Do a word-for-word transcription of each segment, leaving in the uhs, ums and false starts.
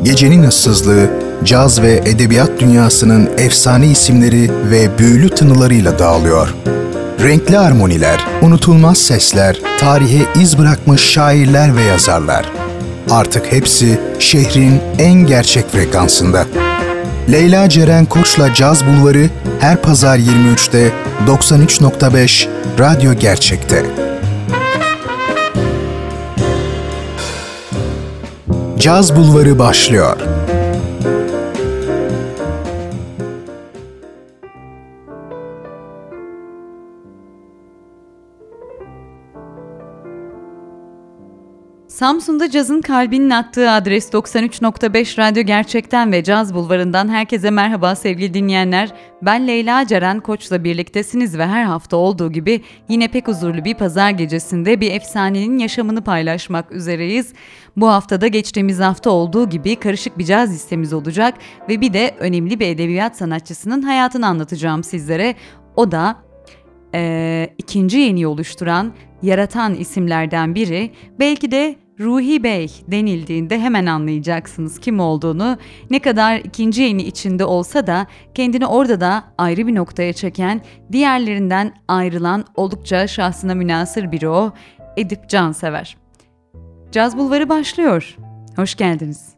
gecenin ıssızlığı, caz ve edebiyat dünyasının efsane isimleri ve büyülü tınılarıyla dağılıyor. Renkli armoniler, unutulmaz sesler, tarihe iz bırakmış şairler ve yazarlar. Artık hepsi şehrin en gerçek frekansında. Leyla Ceren Koç'la Caz Bulvarı her pazar yirmi üçte doksan üç nokta beş Radyo Gerçek'te. Caz Bulvarı başlıyor. Samsun'da cazın kalbinin attığı adres doksan üç nokta beş Radyo Gerçek'ten ve Caz Bulvarı'ndan herkese merhaba sevgili dinleyenler. Ben Leyla Ceren Koç'la birliktesiniz ve her hafta olduğu gibi yine pek huzurlu bir pazar gecesinde bir efsanenin yaşamını paylaşmak üzereyiz. Bu haftada geçtiğimiz hafta olduğu gibi karışık bir caz listemiz olacak ve bir de önemli bir edebiyat sanatçısının hayatını anlatacağım sizlere. O da ee, ikinci yeni oluşturan, yaratan isimlerden biri. Belki de Ruhi Bey denildiğinde hemen anlayacaksınız kim olduğunu. Ne kadar ikinci yeni içinde olsa da kendini orada da ayrı bir noktaya çeken, diğerlerinden ayrılan oldukça şahsına münhasır biri o, Edip Cansever. Caz Bulvarı başlıyor. Hoş geldiniz.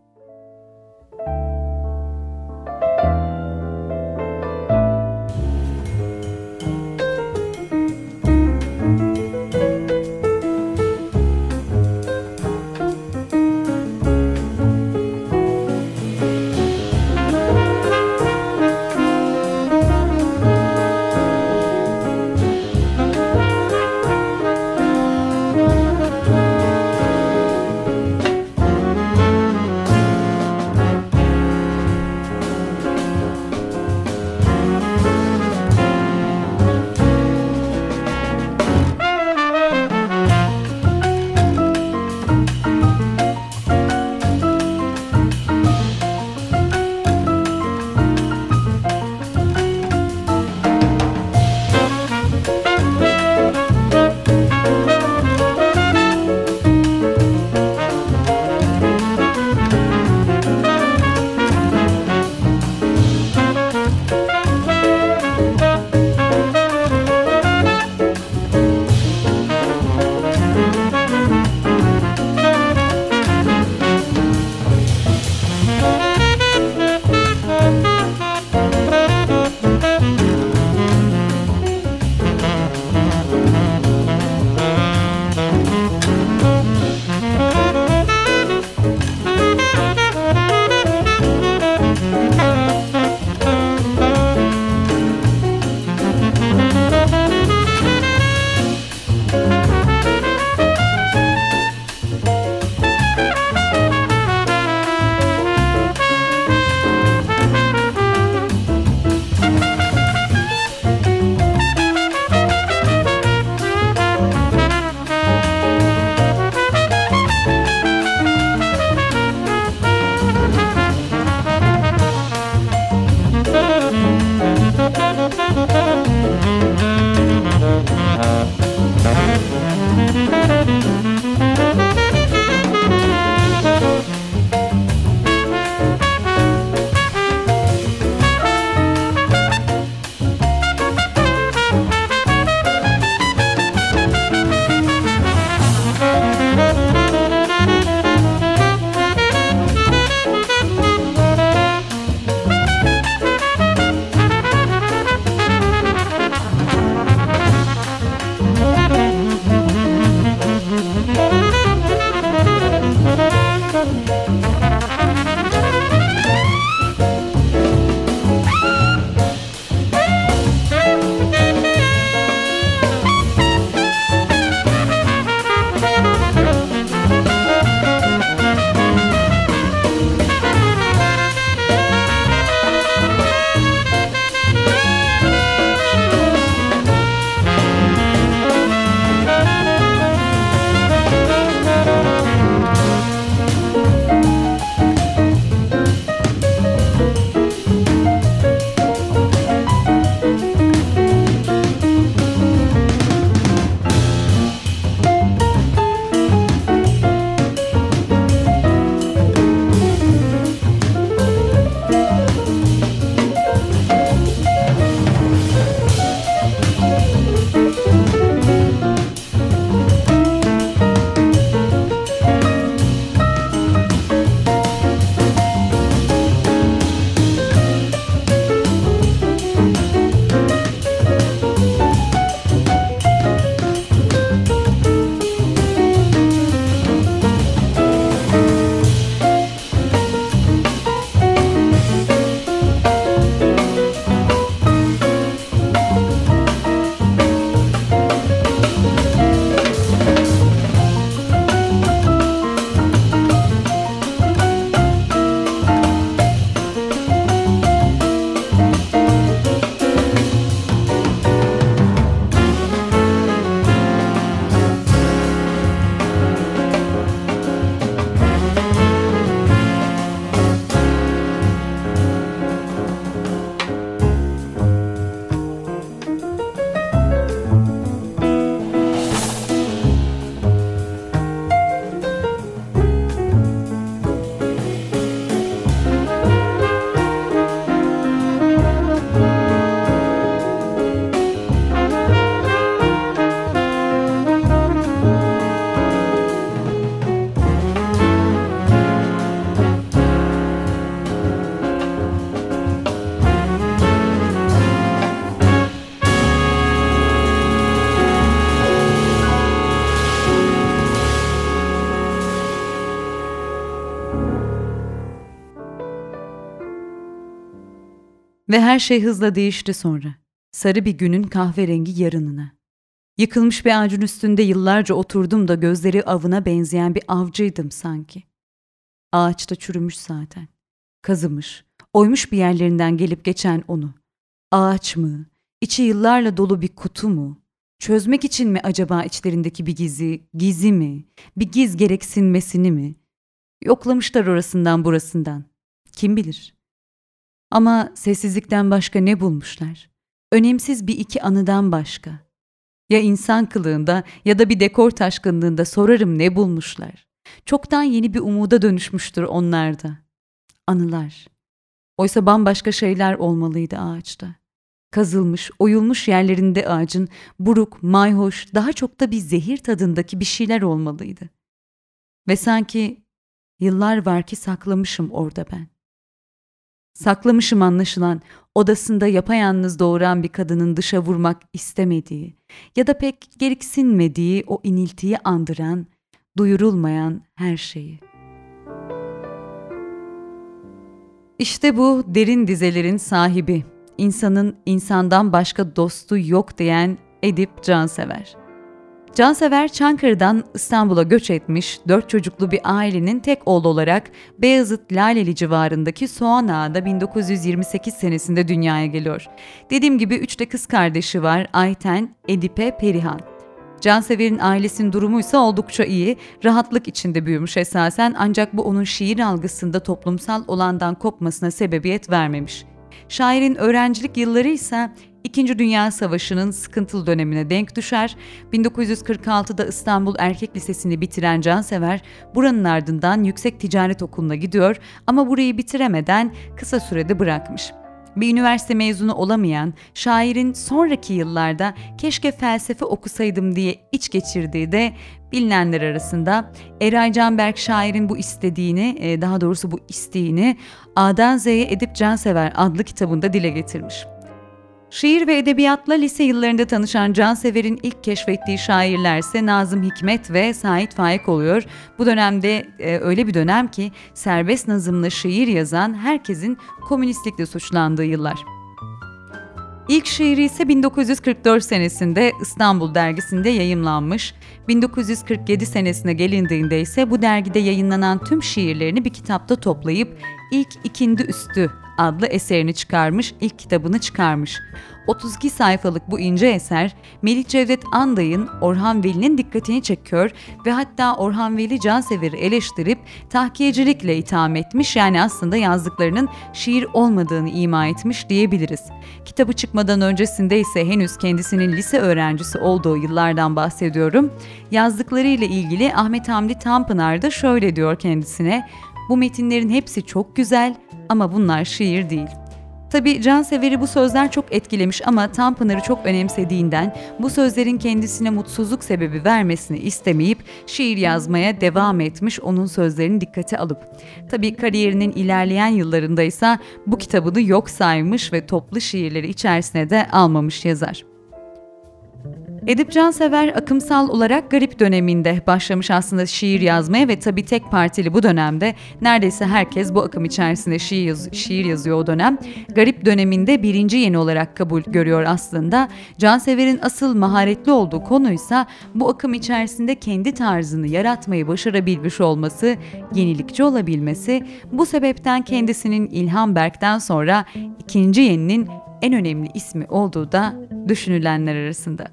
Ve her şey hızla değişti sonra. Sarı bir günün kahverengi yarınına. Yıkılmış bir ağacın üstünde yıllarca oturdum da gözleri avına benzeyen bir avcıydım sanki. Ağaç da çürümüş zaten. Kazımış, oymuş bir yerlerinden gelip geçen onu. Ağaç mı? İçi yıllarla dolu bir kutu mu? Çözmek için mi acaba içlerindeki bir gizi, gizi mi? Bir giz gereksinmesini mi? Yoklamışlar orasından burasından. Kim bilir? Ama sessizlikten başka ne bulmuşlar? Önemsiz bir iki anıdan başka. Ya insan kılığında ya da bir dekor taşkınlığında sorarım ne bulmuşlar? Çoktan yeni bir umuda dönüşmüştür onlarda. Anılar. Oysa bambaşka şeyler olmalıydı ağaçta. Kazılmış, oyulmuş yerlerinde ağacın buruk, mayhoş, daha çok da bir zehir tadındaki bir şeyler olmalıydı. Ve sanki yıllar var ki saklamışım orada ben. Saklamışım anlaşılan odasında yapayalnız doğuran bir kadının dışa vurmak istemediği ya da pek gereksinmediği o iniltiyi andıran, duyurulmayan her şeyi. İşte bu derin dizelerin sahibi, insanın insandan başka dostu yok diyen Edip Cansever. Cansever, Çankırı'dan İstanbul'a göç etmiş, dört çocuklu bir ailenin tek oğlu olarak Beyazıt Laleli civarındaki Soğan Ağa'da bin dokuz yüz yirmi sekiz senesinde dünyaya geliyor. Dediğim gibi üç de kız kardeşi var: Ayten, Edipe, Perihan. Cansever'in ailesinin durumuysa oldukça iyi, rahatlık içinde büyümüş esasen, ancak bu onun şiir algısında toplumsal olandan kopmasına sebebiyet vermemiş. Şairin öğrencilik yılları ise İkinci Dünya Savaşı'nın sıkıntılı dönemine denk düşer. bin dokuz yüz kırk altıda İstanbul Erkek Lisesi'ni bitiren Cansever, buranın ardından Yüksek Ticaret Okulu'na gidiyor ama burayı bitiremeden kısa sürede bırakmış. Bir üniversite mezunu olamayan şairin sonraki yıllarda keşke felsefe okusaydım diye iç geçirdiği de bilinenler arasında. Eray Canberk şairin bu istediğini, daha doğrusu bu isteğini A'dan Z'ye Edip Cansever adlı kitabında dile getirmiş. Şiir ve edebiyatla lise yıllarında tanışan Cansever'in ilk keşfettiği şairlerse Nazım Hikmet ve Sait Faik oluyor. Bu dönemde e, öyle bir dönem ki serbest nazımla şiir yazan herkesin komünistlikle suçlandığı yıllar. İlk şiiri ise bin dokuz yüz kırk dört senesinde İstanbul dergisinde yayımlanmış. bin dokuz yüz kırk yedi senesine gelindiğinde ise bu dergide yayınlanan tüm şiirlerini bir kitapta toplayıp İlk İkindi Üstü adlı eserini çıkarmış, ilk kitabını çıkarmış. otuz iki sayfalık bu ince eser Melih Cevdet Anday'ın Orhan Veli'nin dikkatini çekiyor ve hatta Orhan Veli Cansever'i eleştirip tahkiyecilikle itham etmiş, yani aslında yazdıklarının şiir olmadığını ima etmiş diyebiliriz. Kitabı çıkmadan öncesinde ise henüz kendisinin lise öğrencisi olduğu yıllardan bahsediyorum. Yazdıklarıyla ilgili Ahmet Hamdi Tanpınar da şöyle diyor kendisine: "Bu metinlerin hepsi çok güzel ama bunlar şiir değil." Tabii Cansever'i bu sözler çok etkilemiş ama Tanpınar'ı çok önemsediğinden bu sözlerin kendisine mutsuzluk sebebi vermesini istemeyip şiir yazmaya devam etmiş, onun sözlerini dikkate alıp. Tabii kariyerinin ilerleyen yıllarında ise bu kitabını yok saymış ve toplu şiirleri içerisine de almamış yazar. Edip Cansever akımsal olarak Garip döneminde başlamış aslında şiir yazmaya ve tabii tek partili bu dönemde neredeyse herkes bu akım içerisinde şiir, yaz- şiir yazıyor o dönem. Garip döneminde birinci yeni olarak kabul görüyor aslında. Cansever'in asıl maharetli olduğu konuysa bu akım içerisinde kendi tarzını yaratmayı başarabilmiş olması, yenilikçi olabilmesi. Bu sebepten kendisinin İlhan Berk'ten sonra ikinci yeninin en önemli ismi olduğu da düşünülenler arasında.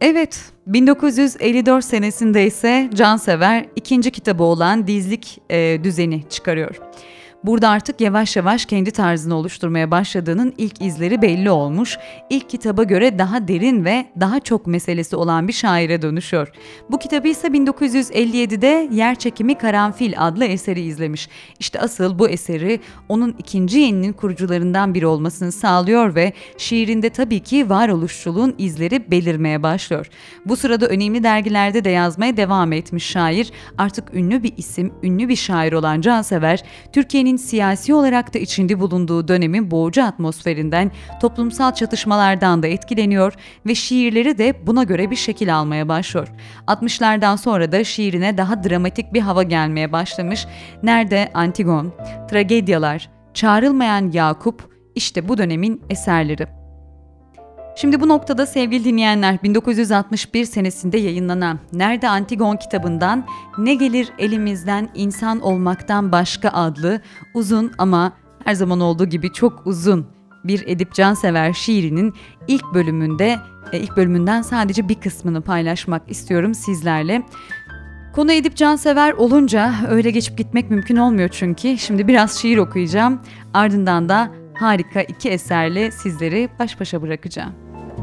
Evet, bin dokuz yüz elli dört senesinde ise Cansever ikinci kitabı olan Dizlik e, Düzeni çıkarıyor. Burada artık yavaş yavaş kendi tarzını oluşturmaya başladığının ilk izleri belli olmuş. İlk kitaba göre daha derin ve daha çok meselesi olan bir şaire dönüşüyor. Bu kitabı ise bin dokuz yüz elli yedide Yerçekimi Karanfil adlı eseri izlemiş. İşte asıl bu eseri onun ikinci yeninin kurucularından biri olmasını sağlıyor ve şiirinde tabii ki varoluşçuluğun izleri belirmeye başlıyor. Bu sırada önemli dergilerde de yazmaya devam etmiş şair. Artık ünlü bir isim, ünlü bir şair olan Cansever, Türkiye'nin siyasi olarak da içinde bulunduğu dönemin boğucu atmosferinden, toplumsal çatışmalardan da etkileniyor ve şiirleri de buna göre bir şekil almaya başlıyor. altmışlardan sonra da şiirine daha dramatik bir hava gelmeye başlamış. Nerede Antigon, Tragedyalar, Çağrılmayan Yakup, işte bu dönemin eserleri. Şimdi bu noktada sevgili dinleyenler, bin dokuz yüz altmış bir senesinde yayınlanan Nerede Antigon kitabından Ne Gelir Elimizden İnsan Olmaktan Başka adlı uzun ama her zaman olduğu gibi çok uzun bir Edip Cansever şiirinin ilk bölümünde, ilk bölümünden sadece bir kısmını paylaşmak istiyorum sizlerle. Konu Edip Cansever olunca öyle geçip gitmek mümkün olmuyor çünkü. Şimdi biraz şiir okuyacağım, ardından da harika iki eserle sizleri baş başa bırakacağım.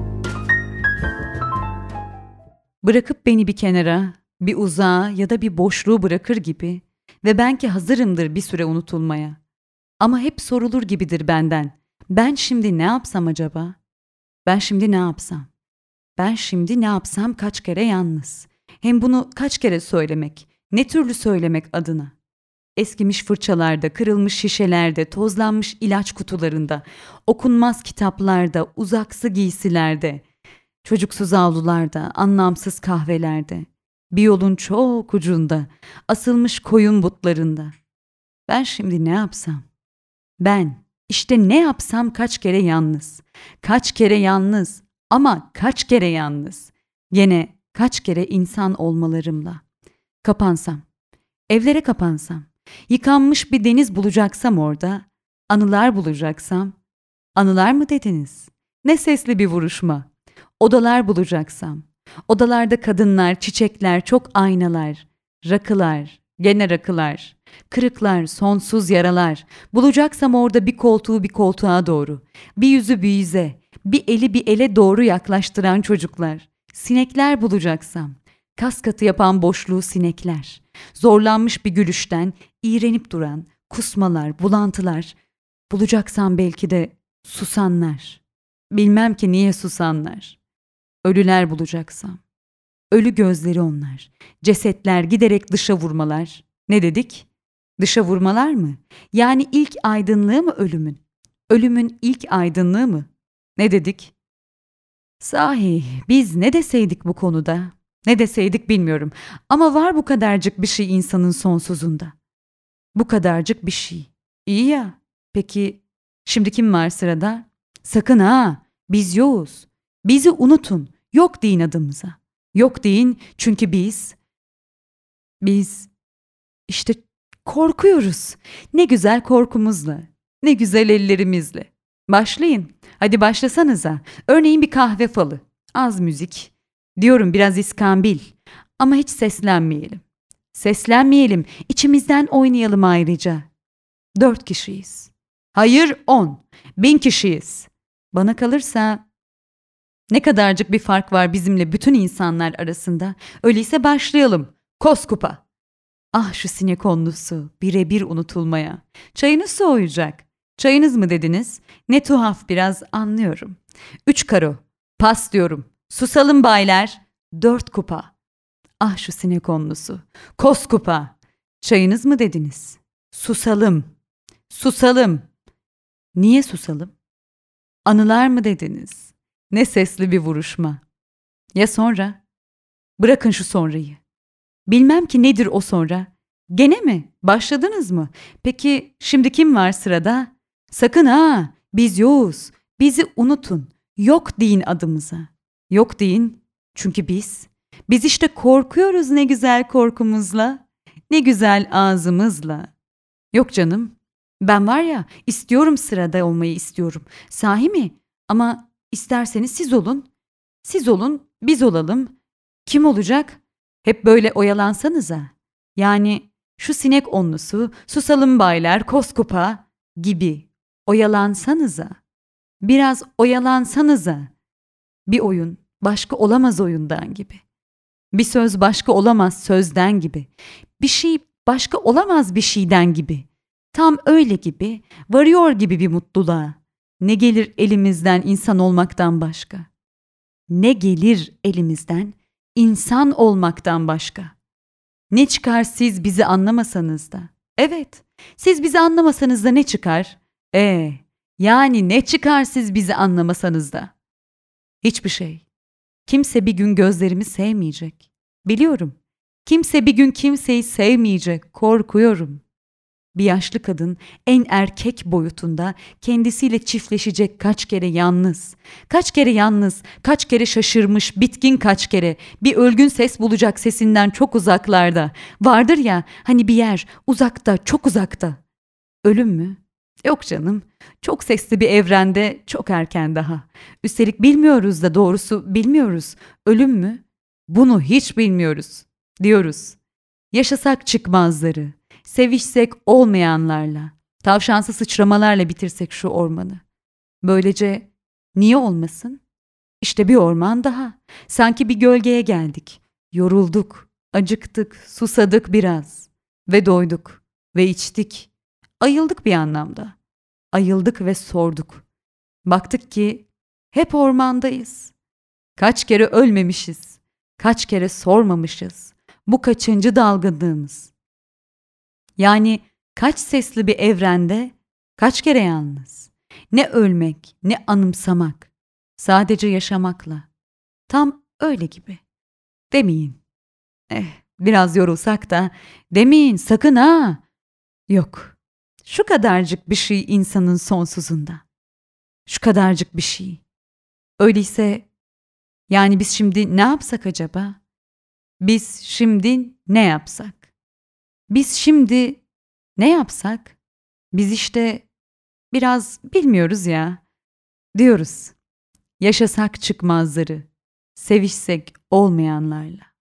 Bırakıp beni bir kenara, bir uzağa ya da bir boşluğu bırakır gibi ve ben ki hazırımdır bir süre unutulmaya. Ama hep sorulur gibidir benden. Ben şimdi ne yapsam acaba? Ben şimdi ne yapsam? Ben şimdi ne yapsam kaç kere yalnız? Hem bunu kaç kere söylemek, ne türlü söylemek adına? Eskimiş fırçalarda, kırılmış şişelerde, tozlanmış ilaç kutularında, okunmaz kitaplarda, uzaksı giysilerde, çocuksuz avlularda, anlamsız kahvelerde, bir yolun çok ucunda, asılmış koyun butlarında. Ben şimdi ne yapsam? Ben, işte ne yapsam kaç kere yalnız, kaç kere yalnız ama kaç kere yalnız, gene kaç kere insan olmalarımla. Kapansam, evlere kapansam, yıkanmış bir deniz bulacaksam orada, anılar bulacaksam, anılar mı dediniz? Ne sesli bir vuruşma. Odalar bulacaksam, odalarda kadınlar, çiçekler, çok aynalar, rakılar, gene rakılar, kırıklar, sonsuz yaralar. Bulacaksam orada bir koltuğu bir koltuğa doğru, bir yüzü bir yüze, bir eli bir ele doğru yaklaştıran çocuklar. Sinekler bulacaksam, kas katı yapan boşluğu sinekler. Zorlanmış bir gülüşten iğrenip duran kusmalar, bulantılar. Bulacaksam belki de susanlar. Bilmem ki niye susanlar. Ölüler bulacaksam. Ölü gözleri onlar. Cesetler giderek dışa vurmalar. Ne dedik? Dışa vurmalar mı? Yani ilk aydınlığı mı ölümün? Ölümün ilk aydınlığı mı? Ne dedik? Sahi biz ne deseydik bu konuda? Ne deseydik bilmiyorum. Ama var bu kadarcık bir şey insanın sonsuzunda. Bu kadarcık bir şey. İyi ya. Peki şimdi kim var sırada? Sakın ha, biz yokuz. Bizi unutun. Yok deyin adımıza. Yok deyin çünkü biz, biz işte korkuyoruz. Ne güzel korkumuzla, ne güzel ellerimizle. Başlayın. Hadi başlasanıza. Örneğin bir kahve falı. Az müzik. Diyorum biraz iskambil. Ama hiç seslenmeyelim. Seslenmeyelim. İçimizden oynayalım ayrıca. Dört kişiyiz. Hayır on. Bin kişiyiz. Bana kalırsa ne kadarcık bir fark var bizimle bütün insanlar arasında. Öyleyse başlayalım. Koskupa. Ah şu sinekonlusu birebir unutulmaya. Çayınız soğuyacak. Çayınız mı dediniz? Ne tuhaf biraz anlıyorum. Üç karo. Pas diyorum. Susalım baylar. Dört kupa. Ah şu sinekonlusu. Koskupa. Çayınız mı dediniz? Susalım. Susalım. Niye susalım? Anılar mı dediniz? Ne sesli bir vuruşma. Ya sonra? Bırakın şu sonrayı. Bilmem ki nedir o sonra. Gene mi? Başladınız mı? Peki şimdi kim var sırada? Sakın ha, biz yokuz. Bizi unutun. Yok deyin adımıza. Yok deyin çünkü biz, biz işte korkuyoruz ne güzel korkumuzla. Ne güzel ağzımızla. Yok canım. Ben var ya istiyorum sırada olmayı istiyorum. Sahi mi? Ama isterseniz siz olun. Siz olun Biz olalım. Kim olacak? Hep böyle oyalansanıza. Yani şu sinek onlusu, susalım baylar, koskupa gibi oyalansanıza. Biraz oyalansanıza. Bir oyun başka olamaz oyundan gibi. Bir söz başka olamaz sözden gibi. Bir şey başka olamaz bir şeyden gibi. Tam öyle gibi, varıyor gibi bir mutluluğa. Ne gelir elimizden insan olmaktan başka? Ne gelir elimizden insan olmaktan başka? Ne çıkar siz bizi anlamasanız da? Evet, siz bizi anlamasanız da ne çıkar? Ee, yani ne çıkar siz bizi anlamasanız da? Hiçbir şey. Kimse bir gün gözlerimi sevmeyecek. Biliyorum. Kimse bir gün kimseyi sevmeyecek. Korkuyorum. Bir yaşlı kadın en erkek boyutunda kendisiyle çiftleşecek kaç kere yalnız, kaç kere yalnız, kaç kere şaşırmış, bitkin kaç kere, bir ölgün ses bulacak sesinden çok uzaklarda. Vardır ya hani bir yer uzakta, çok uzakta. Ölüm mü? Yok canım. Çok sesli bir evrende çok erken daha. Üstelik bilmiyoruz da doğrusu bilmiyoruz. Ölüm mü? Bunu hiç bilmiyoruz diyoruz. Yaşasak çıkmazları, sevişsek olmayanlarla, tavşansı sıçramalarla bitirsek şu ormanı. Böylece niye olmasın? İşte bir orman daha. Sanki bir gölgeye geldik. Yorulduk, acıktık, susadık biraz. Ve doyduk ve içtik. Ayıldık bir anlamda. Ayıldık ve sorduk. Baktık ki hep ormandayız. Kaç kere ölmemişiz. Kaç kere sormamışız. Bu kaçıncı dalgınlığımız? Yani kaç sesli bir evrende, kaç kere yalnız? Ne ölmek, ne anımsamak. Sadece yaşamakla. Tam öyle gibi. Demeyin. Eh, biraz yorulsak da demeyin sakın ha. Yok. Şu kadarcık bir şey insanın sonsuzunda. Şu kadarcık bir şey. Öyleyse yani biz şimdi ne yapsak acaba? Biz şimdi ne yapsak? Biz şimdi ne yapsak? Biz işte biraz bilmiyoruz ya. Diyoruz. Yaşasak çıkmazları, sevişsek olmayanlarla.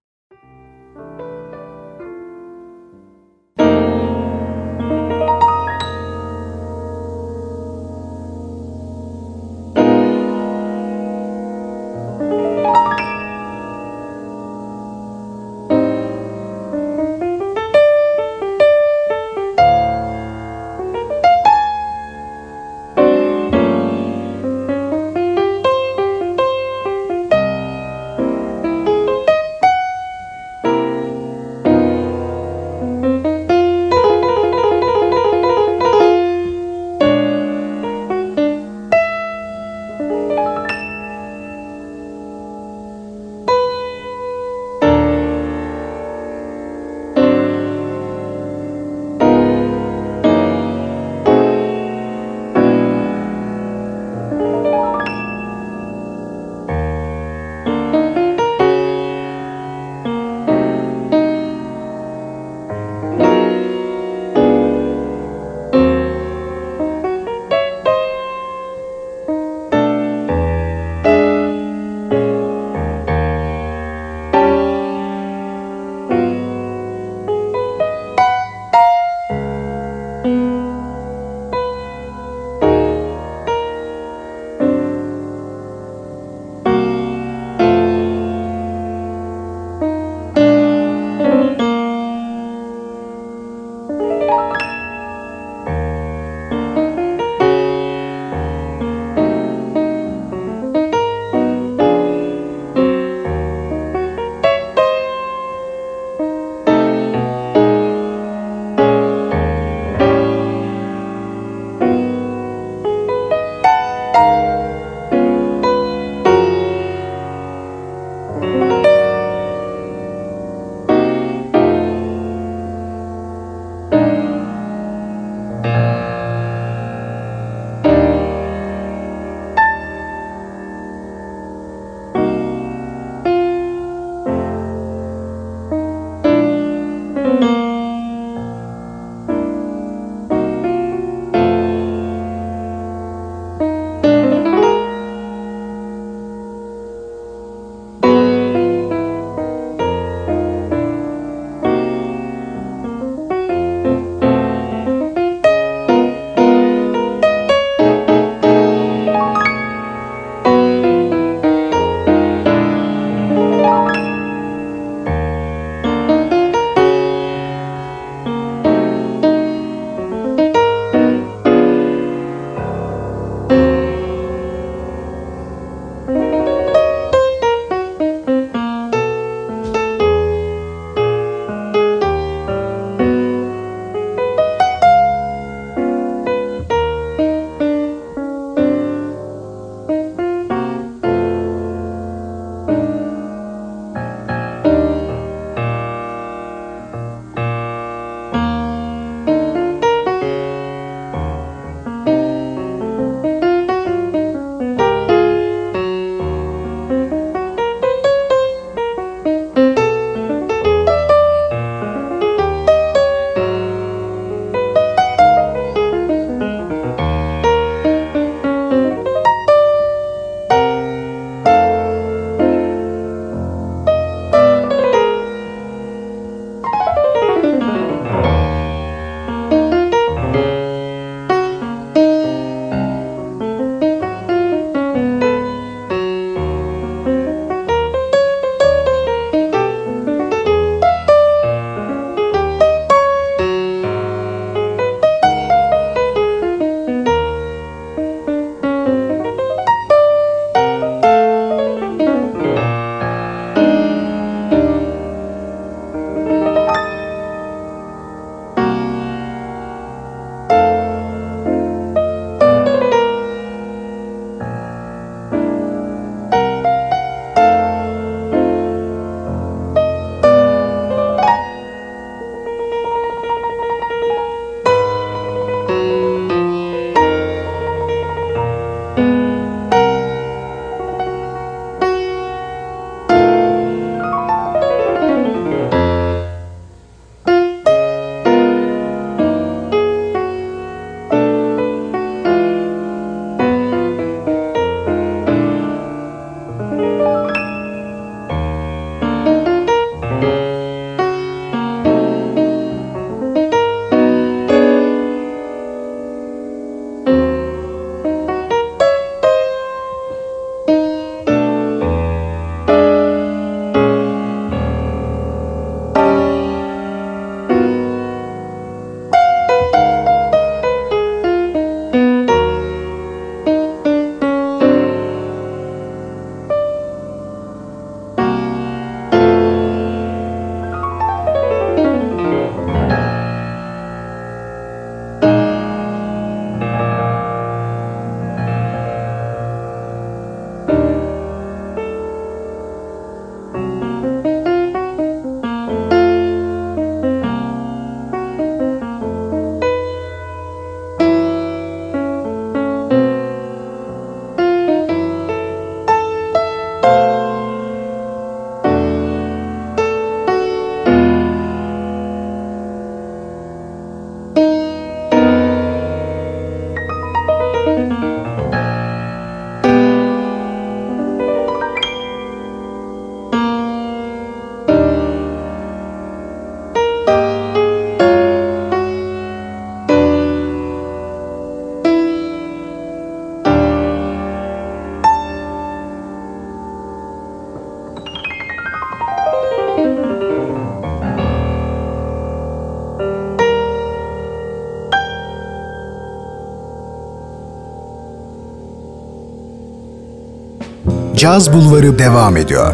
Caz Bulvarı devam ediyor.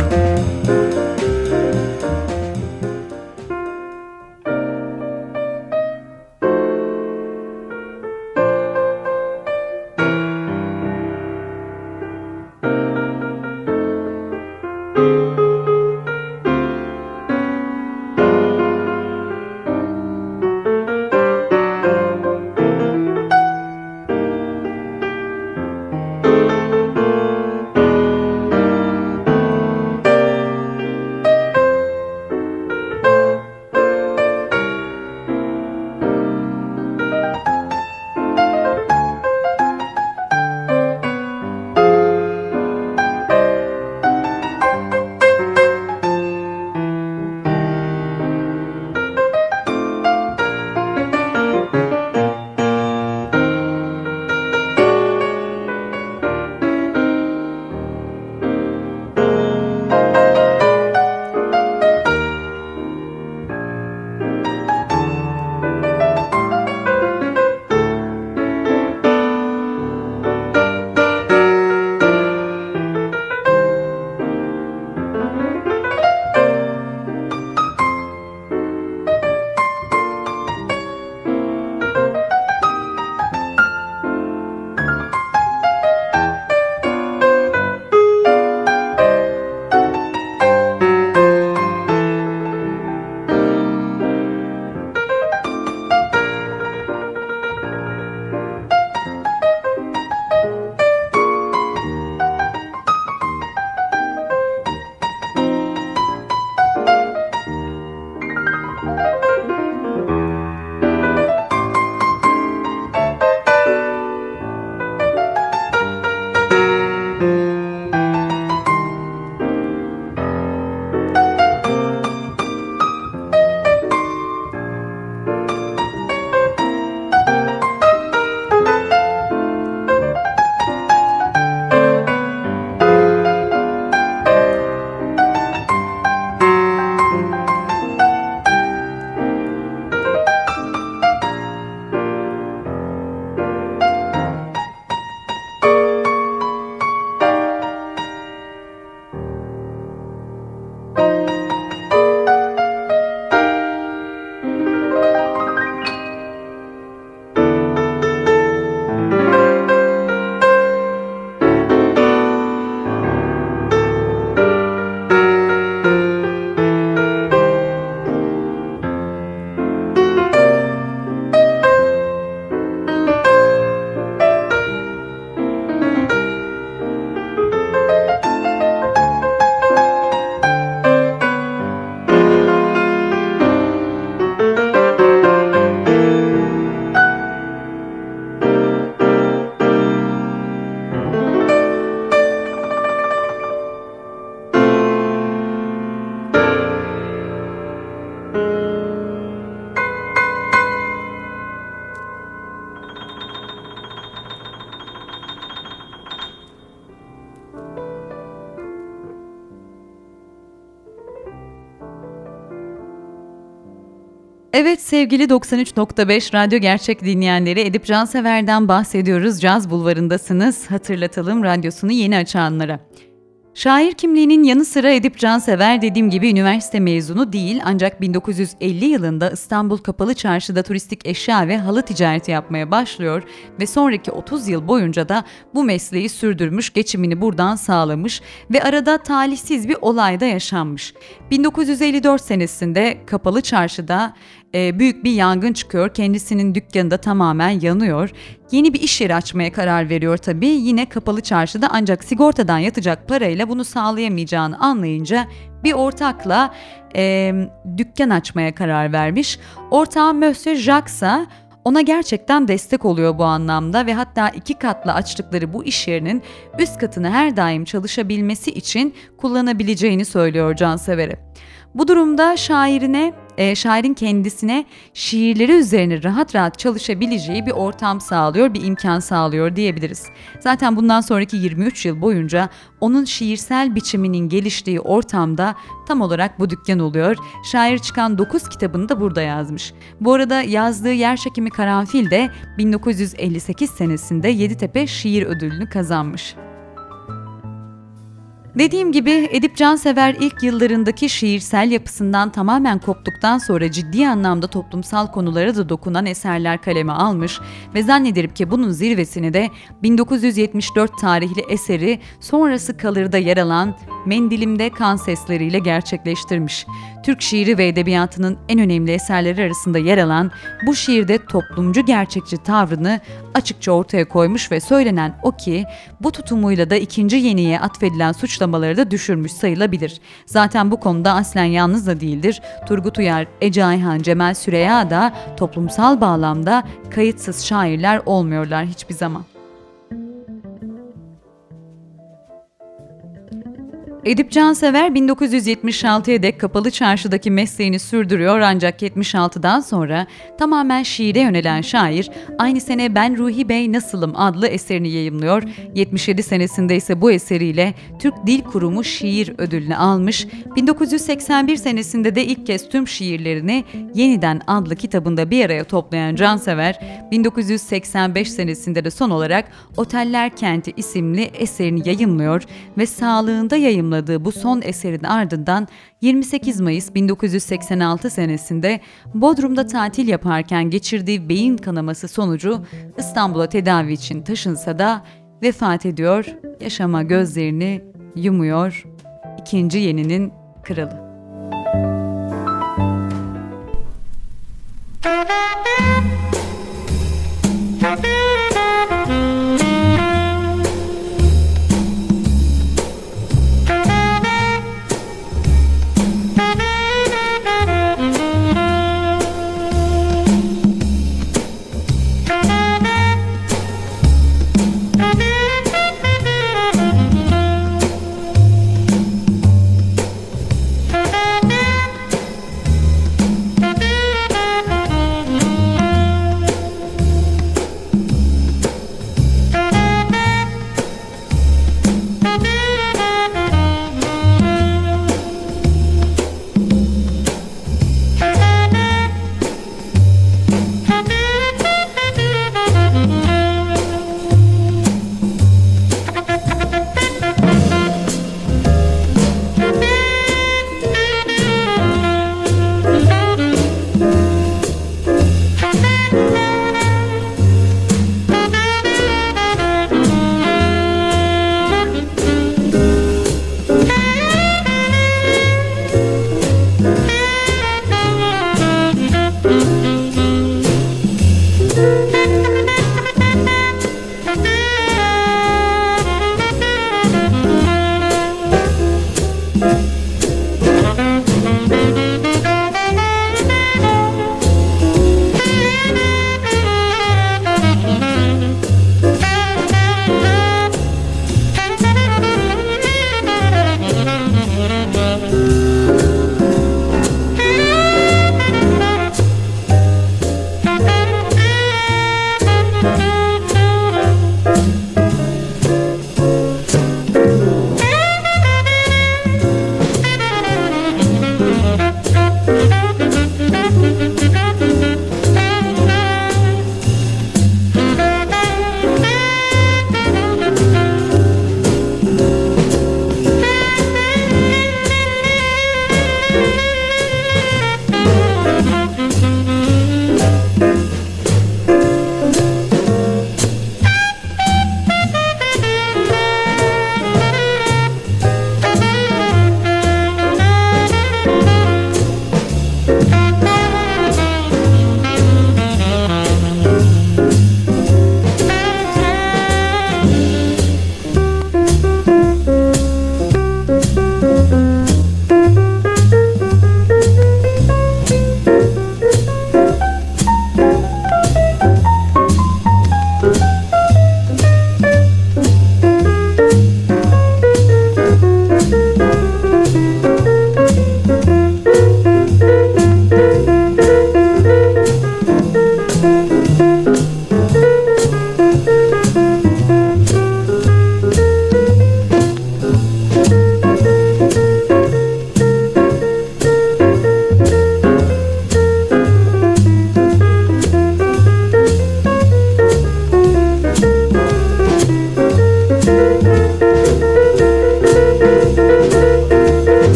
Evet sevgili doksan üç nokta beş Radyo Gerçek dinleyenleri, Edip Cansever'den bahsediyoruz. Caz Bulvarı'ndasınız. Hatırlatalım radyosunu yeni açanlara. Şair kimliğinin yanı sıra Edip Cansever dediğim gibi üniversite mezunu değil, ancak bin dokuz yüz elli yılında İstanbul Kapalı Çarşı'da turistik eşya ve halı ticareti yapmaya başlıyor ve sonraki otuz yıl boyunca da bu mesleği sürdürmüş, geçimini buradan sağlamış ve arada talihsiz bir olay da yaşanmış. bin dokuz yüz elli dört senesinde Kapalı Çarşı'da e, büyük bir yangın çıkıyor, kendisinin dükkanı da tamamen yanıyor. Yeni bir iş yeri açmaya karar veriyor tabii, yine Kapalı Çarşı'da, ancak sigortadan yatacak parayla bunu sağlayamayacağını anlayınca bir ortakla e, dükkan açmaya karar vermiş. Ortağı Monsieur Jacques'a ona gerçekten destek oluyor bu anlamda ve hatta iki katlı açtıkları bu iş yerinin üst katını her daim çalışabilmesi için kullanabileceğini söylüyor Cansever'e. Bu durumda şairine, e, şairin kendisine şiirleri üzerine rahat rahat çalışabileceği bir ortam sağlıyor, bir imkan sağlıyor diyebiliriz. Zaten bundan sonraki yirmi üç yıl boyunca onun şiirsel biçiminin geliştiği ortamda tam olarak bu dükkan oluyor. Şair çıkan dokuz kitabını da burada yazmış. Bu arada yazdığı Yerçekimi Karanfil de bin dokuz yüz elli sekiz senesinde Yeditepe Şiir Ödülünü kazanmış. Dediğim gibi Edip Cansever ilk yıllarındaki şiirsel yapısından tamamen koptuktan sonra ciddi anlamda toplumsal konulara da dokunan eserler kaleme almış ve zannederim ki bunun zirvesini de bin dokuz yüz yetmiş dört tarihli eseri Sonrası Kalır'da yer alan Mendilimde Kan sesleriyle gerçekleştirmiş. Türk şiiri ve edebiyatının en önemli eserleri arasında yer alan bu şiirde toplumcu gerçekçi tavrını açıkça ortaya koymuş ve söylenen o ki bu tutumuyla da ikinci yeniye atfedilen suçlamaları da düşürmüş sayılabilir. Zaten bu konuda aslen yalnız da değildir. Turgut Uyar, Ece Ayhan, Cemal Süreya da toplumsal bağlamda kayıtsız şairler olmuyorlar hiçbir zaman. Edip Cansever bin dokuz yüz yetmiş altıya dek Kapalı Çarşı'daki mesleğini sürdürüyor ancak yetmiş altıdan sonra tamamen şiire yönelen şair aynı sene Ben Ruhi Bey Nasılım adlı eserini yayımlıyor. yetmiş yedi senesinde ise bu eseriyle Türk Dil Kurumu Şiir Ödülünü almış. bin dokuz yüz seksen bir senesinde de ilk kez tüm şiirlerini Yeniden adlı kitabında bir araya toplayan Cansever, bin dokuz yüz seksen beş senesinde de son olarak Oteller Kenti isimli eserini yayımlıyor ve sağlığında yayımladığı bu son eserin ardından yirmi sekiz Mayıs bin dokuz yüz seksen altı senesinde Bodrum'da tatil yaparken geçirdiği beyin kanaması sonucu İstanbul'a tedavi için taşınsa da vefat ediyor, yaşama gözlerini yumuyor, ikinci yeninin kralı.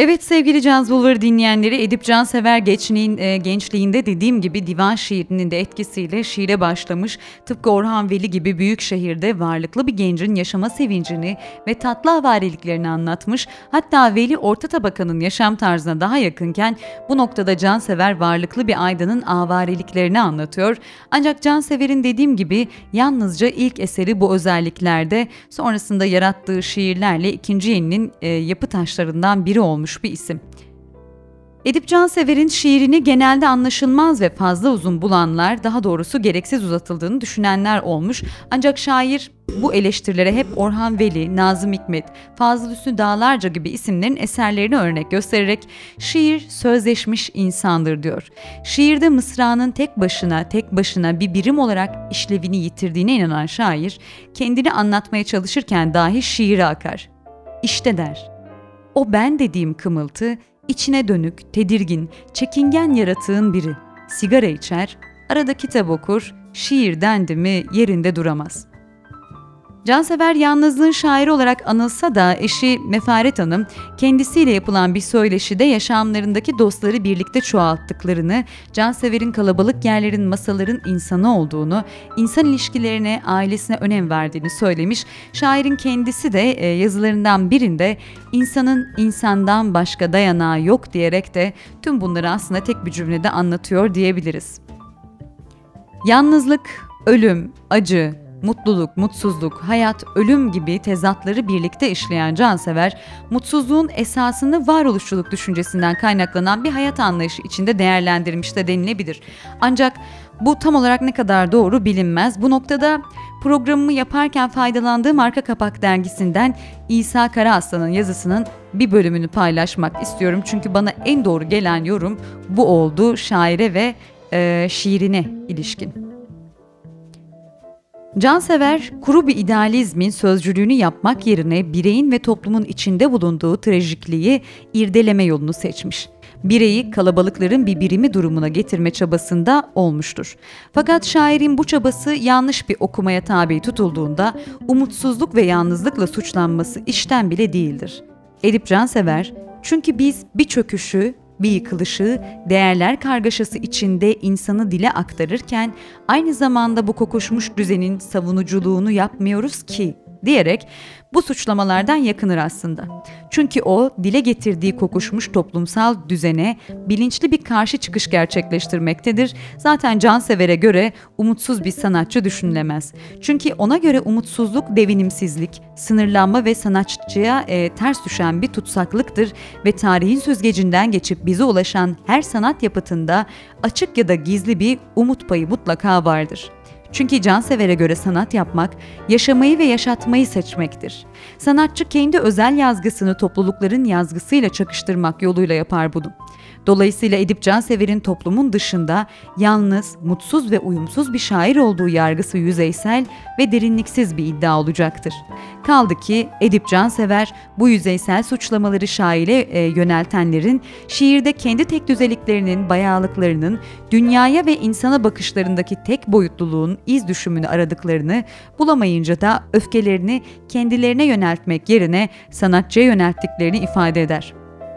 Evet sevgili Caz Bulvarı dinleyenleri, Edip Cansever gençliğin, e, gençliğinde dediğim gibi divan şiirinin de etkisiyle şiire başlamış. Tıpkı Orhan Veli gibi büyük şehirde varlıklı bir gencin yaşama sevincini ve tatlı havariliklerini anlatmış. Hatta Veli orta tabakanın yaşam tarzına daha yakınken bu noktada Cansever varlıklı bir aydının avariliklerini anlatıyor. Ancak Cansever'in dediğim gibi yalnızca ilk eseri bu özelliklerde, sonrasında yarattığı şiirlerle ikinci yeninin e, yapı taşlarından biri olmuş bir isim. Edip Cansever'in şiirini genelde anlaşılmaz ve fazla uzun bulanlar, daha doğrusu gereksiz uzatıldığını düşünenler olmuş. Ancak şair bu eleştirilere hep Orhan Veli, Nazım Hikmet, Fazıl Hüsnü Dağlarca gibi isimlerin eserlerini örnek göstererek şiir sözleşmiş insandır diyor. Şiirde mısranın tek başına, tek başına bir birim olarak işlevini yitirdiğine inanan şair, kendini anlatmaya çalışırken dahi şiire akar. İşte der, o ben dediğim kımıltı, içine dönük, tedirgin, çekingen yaratığın biri. Sigara içer, arada kitap okur, şiir dendi mi yerinde duramaz. Cansever yalnızlığın şairi olarak anılsa da eşi Mefaret Hanım kendisiyle yapılan bir söyleşide yaşamlarındaki dostları birlikte çoğalttıklarını, Cansever'in kalabalık yerlerin, masaların insanı olduğunu, insan ilişkilerine, ailesine önem verdiğini söylemiş. Şairin kendisi de yazılarından birinde insanın insandan başka dayanağı yok diyerek de tüm bunları aslında tek bir cümlede anlatıyor diyebiliriz. Yalnızlık, ölüm, acı, mutluluk, mutsuzluk, hayat, ölüm gibi tezatları birlikte işleyen Cansever, mutsuzluğun esasını varoluşçuluk düşüncesinden kaynaklanan bir hayat anlayışı içinde değerlendirmiş de denilebilir. Ancak bu tam olarak ne kadar doğru bilinmez. Bu noktada programımı yaparken faydalandığım Arka Kapak dergisinden İsa Karaaslan'ın yazısının bir bölümünü paylaşmak istiyorum. Çünkü bana en doğru gelen yorum bu oldu şaire ve e, şiirine ilişkin. Cansever, kuru bir idealizmin sözcülüğünü yapmak yerine bireyin ve toplumun içinde bulunduğu trajikliği irdeleme yolunu seçmiş. Bireyi kalabalıkların bir birimi durumuna getirme çabasında olmuştur. Fakat şairin bu çabası yanlış bir okumaya tabi tutulduğunda umutsuzluk ve yalnızlıkla suçlanması işten bile değildir. Edip Cansever, çünkü biz bir çöküşü, bir yıkılışı, değerler kargaşası içinde insanı dile aktarırken aynı zamanda bu kokuşmuş düzenin savunuculuğunu yapmıyoruz ki diyerek bu suçlamalardan yakınır aslında. Çünkü o dile getirdiği kokuşmuş toplumsal düzene bilinçli bir karşı çıkış gerçekleştirmektedir. Zaten Cansever'e göre umutsuz bir sanatçı düşünülemez. Çünkü ona göre umutsuzluk devinimsizlik, sınırlanma ve sanatçıya e, ters düşen bir tutsaklıktır ve tarihin süzgecinden geçip bize ulaşan her sanat yapıtında açık ya da gizli bir umut payı mutlaka vardır. Çünkü Cansever'e göre sanat yapmak, yaşamayı ve yaşatmayı seçmektir. Sanatçı kendi özel yazgısını toplulukların yazgısıyla çakıştırmak yoluyla yapar bunu. Dolayısıyla Edip Cansever'in toplumun dışında yalnız, mutsuz ve uyumsuz bir şair olduğu yargısı yüzeysel ve derinliksiz bir iddia olacaktır. Kaldı ki Edip Cansever bu yüzeysel suçlamaları şaire e, yöneltenlerin şiirde kendi tek düzeliklerinin, bayağılıklarının, dünyaya ve insana bakışlarındaki tek boyutluluğun iz düşümünü aradıklarını, bulamayınca da öfkelerini kendilerine yöneltmek yerine sanatçıya yönelttiklerini ifade eder.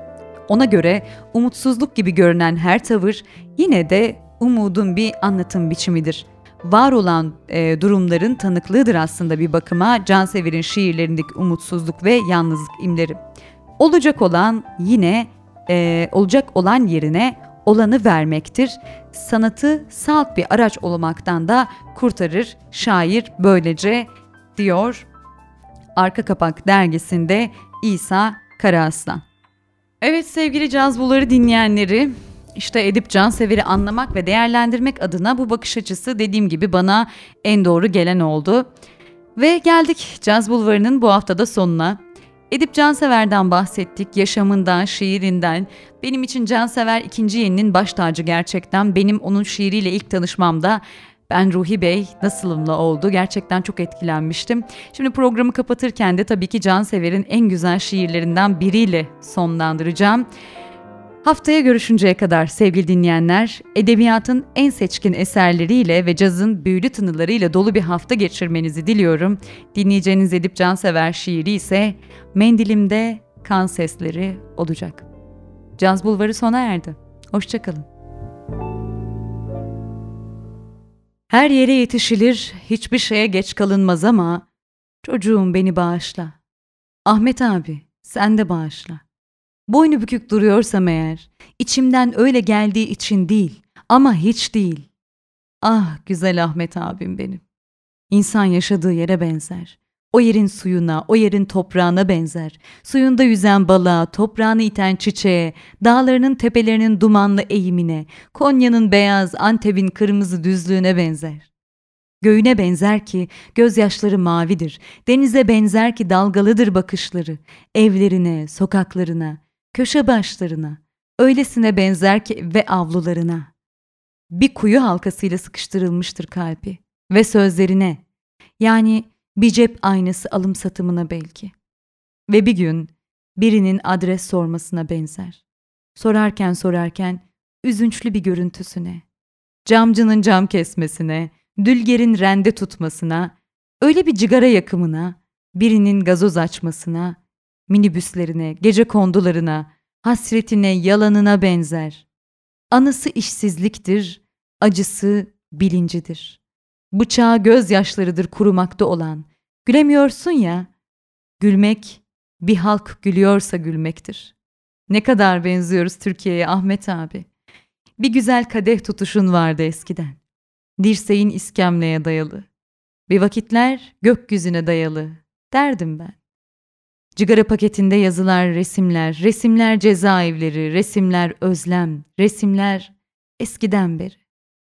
Ona göre umutsuzluk gibi görünen her tavır yine de umudun bir anlatım biçimidir. Var olan e, durumların tanıklığıdır aslında bir bakıma Cansever'in şiirlerindeki umutsuzluk ve yalnızlık imleri. Olacak olan yine e, olacak olan yerine olanı vermektir. Sanatı salt bir araç olmaktan da kurtarır şair böylece diyor Arka Kapak dergisinde İsa Karaaslan. Evet sevgili Caz Bulvarı dinleyenleri, işte Edip Cansever'i anlamak ve değerlendirmek adına bu bakış açısı dediğim gibi bana en doğru gelen oldu. Ve geldik Caz Bulvarı'nın bu haftada sonuna. Edip Cansever'den bahsettik, yaşamından, şiirinden. Benim için Cansever ikinci yeninin baş tacı gerçekten. Benim onun şiiriyle ilk tanışmamda Ben Ruhi Bey nasılımla oldu. Gerçekten çok etkilenmiştim. Şimdi programı kapatırken de tabii ki Cansever'in en güzel şiirlerinden biriyle sonlandıracağım. Haftaya görüşünceye kadar sevgili dinleyenler, edebiyatın en seçkin eserleriyle ve cazın büyülü tınılarıyla dolu bir hafta geçirmenizi diliyorum. Dinleyeceğiniz Edip Cansever şiiri ise Mendilimde Kan Sesleri olacak. Caz Bulvarı sona erdi. Hoşçakalın. Her yere yetişilir, hiçbir şeye geç kalınmaz ama çocuğum beni bağışla. Ahmet abi, sen de bağışla. Boynu bükük duruyorsam eğer, içimden öyle geldiği için değil ama hiç değil. Ah güzel Ahmet abim benim. İnsan yaşadığı yere benzer. O yerin suyuna, o yerin toprağına benzer. Suyunda yüzen balığa, toprağını iten çiçeğe, dağlarının tepelerinin dumanlı eğimine, Konya'nın beyaz, Antep'in kırmızı düzlüğüne benzer. Göğüne benzer ki gözyaşları mavidir, denize benzer ki dalgalıdır bakışları, evlerine, sokaklarına, köşe başlarına, öylesine benzer ki ve avlularına. Bir kuyu halkasıyla sıkıştırılmıştır kalbi ve sözlerine, yani bir cep aynası alım satımına belki. Ve bir gün birinin adres sormasına benzer. Sorarken sorarken üzünçlü bir görüntüsüne, camcının cam kesmesine, dülgerin rende tutmasına, öyle bir cigara yakımına, birinin gazoz açmasına, minibüslerine, gecekondularına, hasretine, yalanına benzer. Anısı işsizliktir, acısı bilincidir. Bıçağı gözyaşlarıdır kurumakta olan. Gülemiyorsun ya, gülmek bir halk gülüyorsa gülmektir. Ne kadar benziyoruz Türkiye'ye Ahmet abi. Bir güzel kadeh tutuşun vardı eskiden. Dirseğin iskemleye dayalı. Bir vakitler gökyüzüne dayalı derdim ben. Cigara paketinde yazılar, resimler, resimler cezaevleri, resimler özlem, resimler eskiden beri.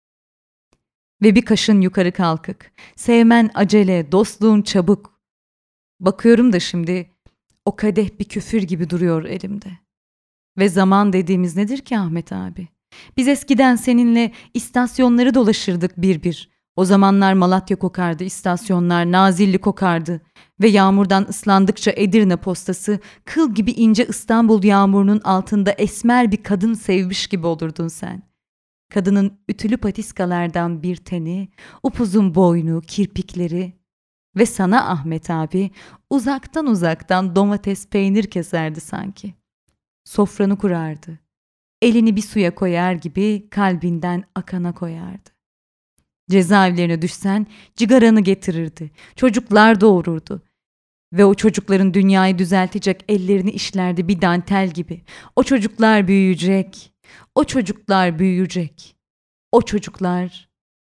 Ve bir kaşın yukarı kalkık, sevmen acele, dostluğun çabuk. Bakıyorum da şimdi o kadeh bir küfür gibi duruyor elimde. Ve zaman dediğimiz nedir ki Ahmet abi? Biz eskiden seninle istasyonları dolaşırdık bir bir. O zamanlar Malatya kokardı, istasyonlar Nazilli kokardı. Ve yağmurdan ıslandıkça Edirne postası, kıl gibi ince İstanbul yağmurunun altında esmer bir kadın sevmiş gibi olurdun sen. Kadının ütülü patiskalardan bir teni, upuzun boynu, kirpikleri ve sana Ahmet abi uzaktan uzaktan domates peynir keserdi sanki. Sofranı kurardı. Elini bir suya koyar gibi kalbinden akana koyardı. Cezaevlerine düşsen cigaranı getirirdi. Çocuklar doğururdu. Ve o çocukların dünyayı düzeltecek ellerini işlerdi bir dantel gibi. O çocuklar büyüyecek. O çocuklar büyüyecek. O çocuklar...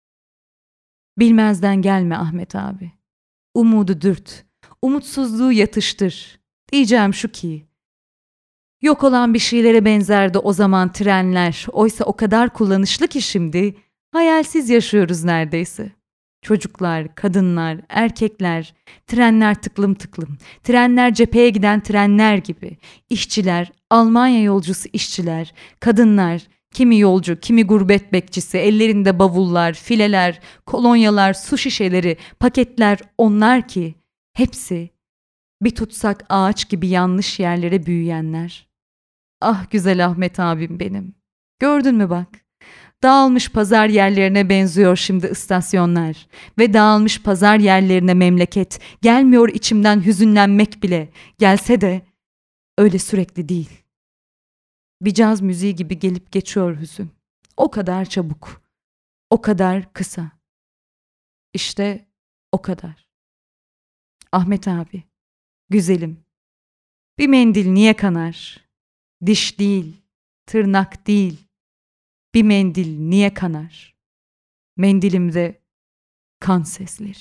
Bilmezden gelme Ahmet abi. Umudu dürt. Umutsuzluğu yatıştır. Diyeceğim şu ki... Yok olan bir şeylere benzerdi o zaman trenler. Oysa o kadar kullanışlı ki şimdi hayalsiz yaşıyoruz neredeyse. Çocuklar, kadınlar, erkekler, trenler tıklım tıklım. Trenler cepheye giden trenler gibi. İşçiler, Almanya yolcusu işçiler, kadınlar, kimi yolcu, kimi gurbet bekçisi, ellerinde bavullar, fileler, kolonyalar, su şişeleri, paketler onlar ki hepsi bir tutsak ağaç gibi yanlış yerlere büyüyenler. Ah güzel Ahmet abim benim. Gördün mü bak? Dağılmış pazar yerlerine benziyor şimdi istasyonlar. Ve dağılmış pazar yerlerine memleket. Gelmiyor içimden hüzünlenmek bile. Gelse de öyle sürekli değil. Bir caz müziği gibi gelip geçiyor hüzün. O kadar çabuk. O kadar kısa. İşte o kadar. Ahmet abi, güzelim. Bir mendil niye kanar? Diş değil, tırnak değil. Bir mendil niye kanar? Mendilimde kan sesleri.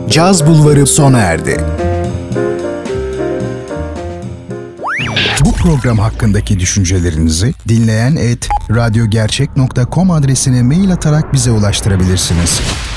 Caz Bulvarı sona erdi. Bu program hakkındaki düşüncelerinizi dinleyen et radyogercek nokta com adresine mail atarak bize ulaştırabilirsiniz.